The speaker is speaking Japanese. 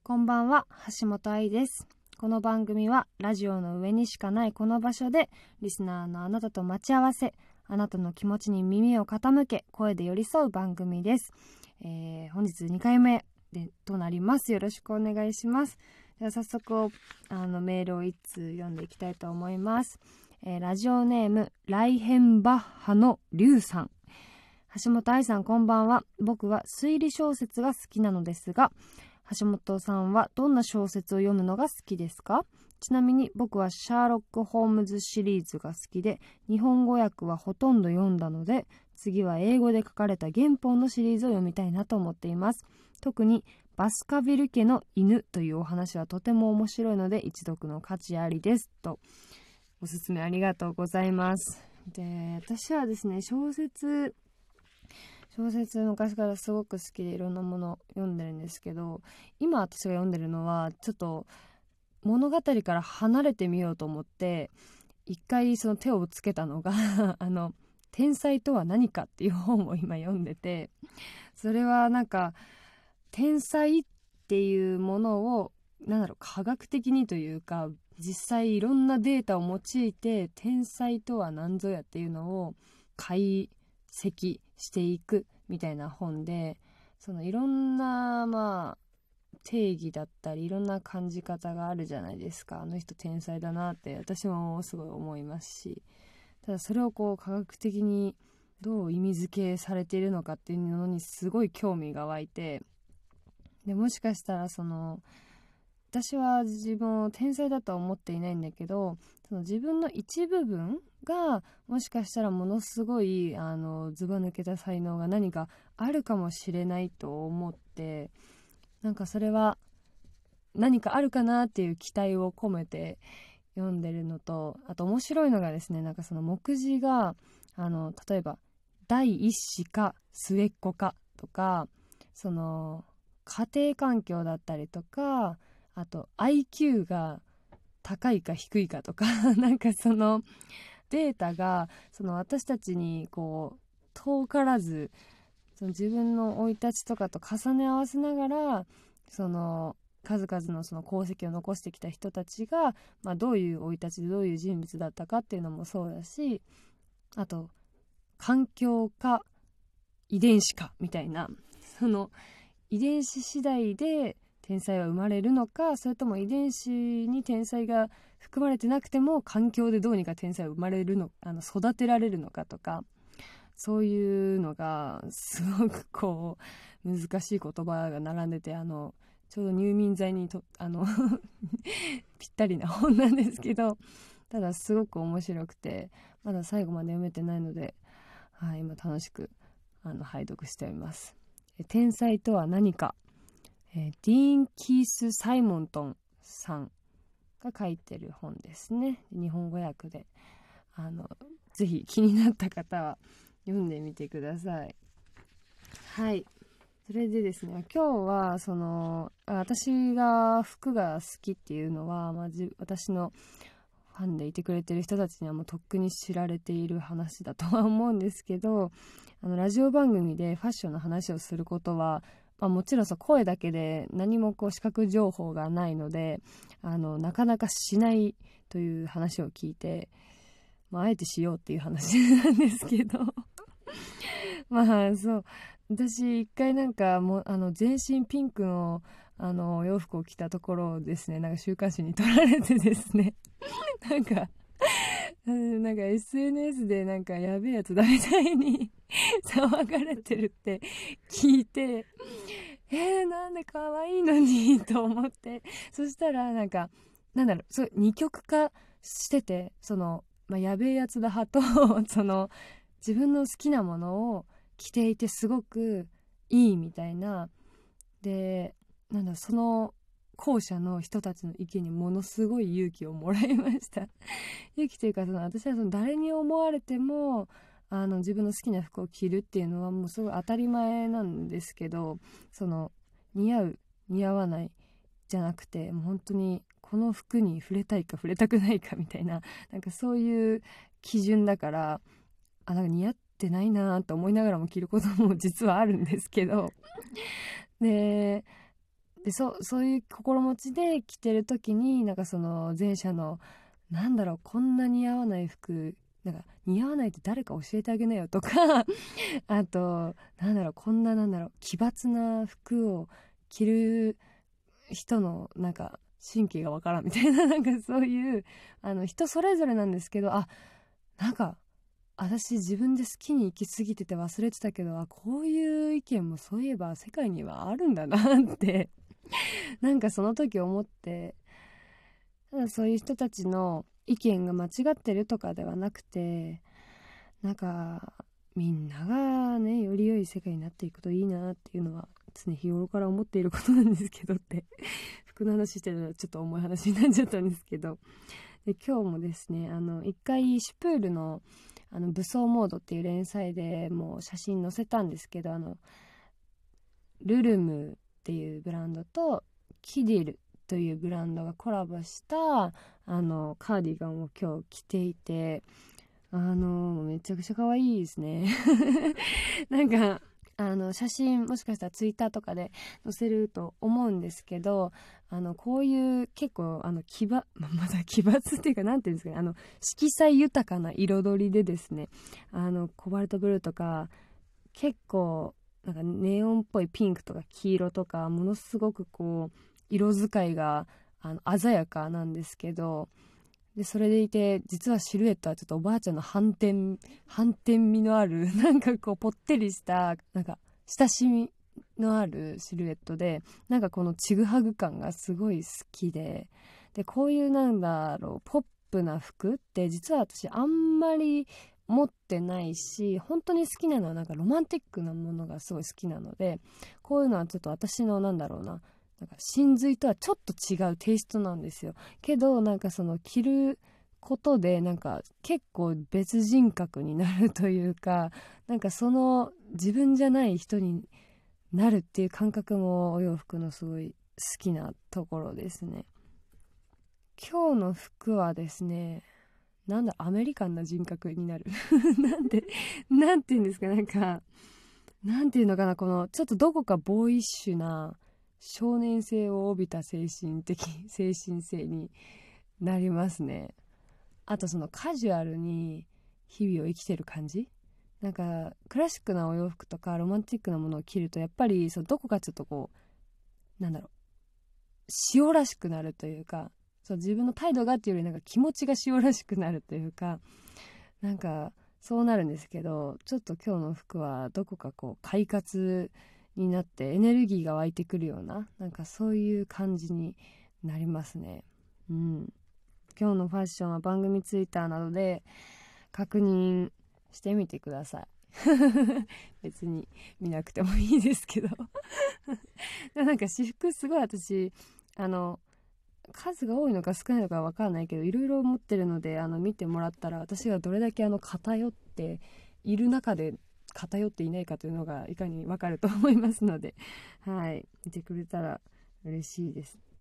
こんばんは、橋本愛です。この番組はラジオの上にしかないこの場所でリスナーのあなたと待ち合わせ、あなたの気持ちに耳を傾け、声で寄り添う番組です。本日2回目となります。よろしくお願いします。では早速メールを1通読んでいきたいと思います。ラジオネームライヘンバッハのリュウさん。橋本愛さん、こんばんは。僕は推理小説が好きなのですが、橋本さんはどんな小説を読むのが好きですか？ちなみに僕はシャーロック・ホームズシリーズが好きで、日本語訳はほとんど読んだので、次は英語で書かれた原本のシリーズを読みたいなと思っています。特にバスカヴィル家の犬というお話はとても面白いので一読の価値ありですと、おすすめありがとうございます。で、私はですね、小説昔からすごく好きでいろんなものを読んでるんですけど、今私が読んでるのはちょっと物語から離れてみようと思って一回その手をつけたのが天才とは何かっていう本を今読んでて、それはなんか天才っていうものを科学的にというか、実際いろんなデータを用いて天才とは何ぞやっていうのを解析していくみたいな本で、そのいろんな定義だったりいろんな感じ方があるじゃないですか。あの人天才だなって私もすごい思いますし、ただそれをこう科学的にどう意味付けされているのかっていうのにすごい興味が湧いて、でもしかしたら私は自分を天才だとは思っていないんだけど、その自分の一部分がもしかしたらものすごいずば抜けた才能が何かあるかもしれないと思って、なんかそれは何かあるかなっていう期待を込めて読んでるのと、あと面白いのがですね、なんかその目次が例えば第一子か末っ子かとか、その家庭環境だったりとか、あと IQ が高いか低いかとかなんかそのデータがその私たちにこう遠からず、その自分の生い立ちとかと重ね合わせながら、その数々のその功績を残してきた人たちが、どういう生い立ちでどういう人物だったかっていうのもそうだし、あと環境か遺伝子かみたいな、その遺伝子次第で天才は生まれるのか、それとも遺伝子に天才が含まれてなくても環境でどうにか天才を生まれるの、育てられるのかとか、そういうのがすごくこう難しい言葉が並んでて、ちょうど入眠剤にぴったりな本なんですけど、ただすごく面白くて、まだ最後まで読めてないので、今楽しく拝読しております。天才とは何か、ディーン・キース・サイモントンさんが書いてる本ですね。日本語訳でぜひ気になった方は読んでみてください。はい、それでですね、今日は私が服が好きっていうのは、私のファンでいてくれてる人たちにはもうとっくに知られている話だとは思うんですけど、ラジオ番組でファッションの話をすることは、もちろん声だけで何も視覚情報がないのでなかなかしないという話を聞いて、あえてしようっていう話なんですけどそう、私一回もう全身ピンクのお洋服を着たところをですね、週刊誌に撮られてですねSNS でやべえやつだみたいに騒がれてるって聞いて、なんで可愛いのにと思って、そしたらそう二極化してて、やべえやつだ派と自分の好きなものを着ていてすごくいいみたいな、でその後者の人たちの意見にものすごい勇気をもらいました勇気というか、私は誰に思われても自分の好きな服を着るっていうのはもうすごい当たり前なんですけど、似合う似合わないじゃなくて、もう本当にこの服に触れたいか触れたくないかみたいな、そういう基準だから、似合ってないなと思いながらも着ることも実はあるんですけどででそういう心持ちで着てる時になんかその前者のなんだろう、こんな似合わない服、なんか似合わないって誰か教えてあげなよとかあとなんだろう、こんななんだろう、奇抜な服を着る人のなんか神経がわからんみたいななんかそういう人それぞれなんですけど、なんか私自分で好きに生きすぎてて忘れてたけど、こういう意見もそういえば世界にはあるんだなってなんかその時思って、ただそういう人たちの意見が間違ってるとかではなくて、なんかみんながねより良い世界になっていくといいなっていうのは常日頃から思っていることなんですけどって服の話してるのはちょっと重い話になっちゃったんですけど、で今日もですね一回シュプールの武装モードっていう連載でもう写真載せたんですけど、ルルムっていうブランドとキディルというブランドがコラボしたカーディガンを今日着ていて、めちゃくちゃ可愛いですねなんか写真もしかしたらツイッターとかで載せると思うんですけど、こういう結構まだ奇抜っていうかなんていうんですかね、色彩豊かな彩りでですね、コバルトブルーとか結構なんかネオンっぽいピンクとか黄色とかものすごくこう色使いが鮮やかなんですけど、でそれでいて実はシルエットはちょっとおばあちゃんの反転味のあるなんかこうぽってりしたなんか親しみのあるシルエットで、なんかこのちぐはぐ感がすごい好きで、こういうなんだろうポップな服って実は私あんまり持ってないし、本当に好きなのはなんかロマンティックなものがすごい好きなので、こういうのはちょっと私のなんだろうな、なんか真髄とはちょっと違うテイストなんですよ。けどなんかその着ることでなんか結構別人格になるというか、なんかその自分じゃない人になるっていう感覚もお洋服のすごい好きなところですね。今日の服はですね、アメリカンな人格になるなんて言うんですか、なんていうのかな、このちょっとどこかボーイッシュな少年性を帯びた精神性になりますね。あとそのカジュアルに日々を生きてる感じ、なんかクラシックなお洋服とかロマンティックなものを着るとやっぱりどこかちょっとこうなんだろう、塩らしくなるというか、自分の態度がっていうよりなんか気持ちが塩らしくなるというか、なんかそうなるんですけど、ちょっと今日の服はどこかこう快活になってエネルギーが湧いてくるような、なんかそういう感じになりますね。今日のファッションは番組ツイッターなどで確認してみてください別に見なくてもいいですけどなんか私服すごい私数が多いのか少ないのか分からないけどいろいろ持ってるので見てもらったら、私がどれだけ偏っている中で偏っていないかというのがいかに分かると思いますので、はい、見てくれたら嬉しいです。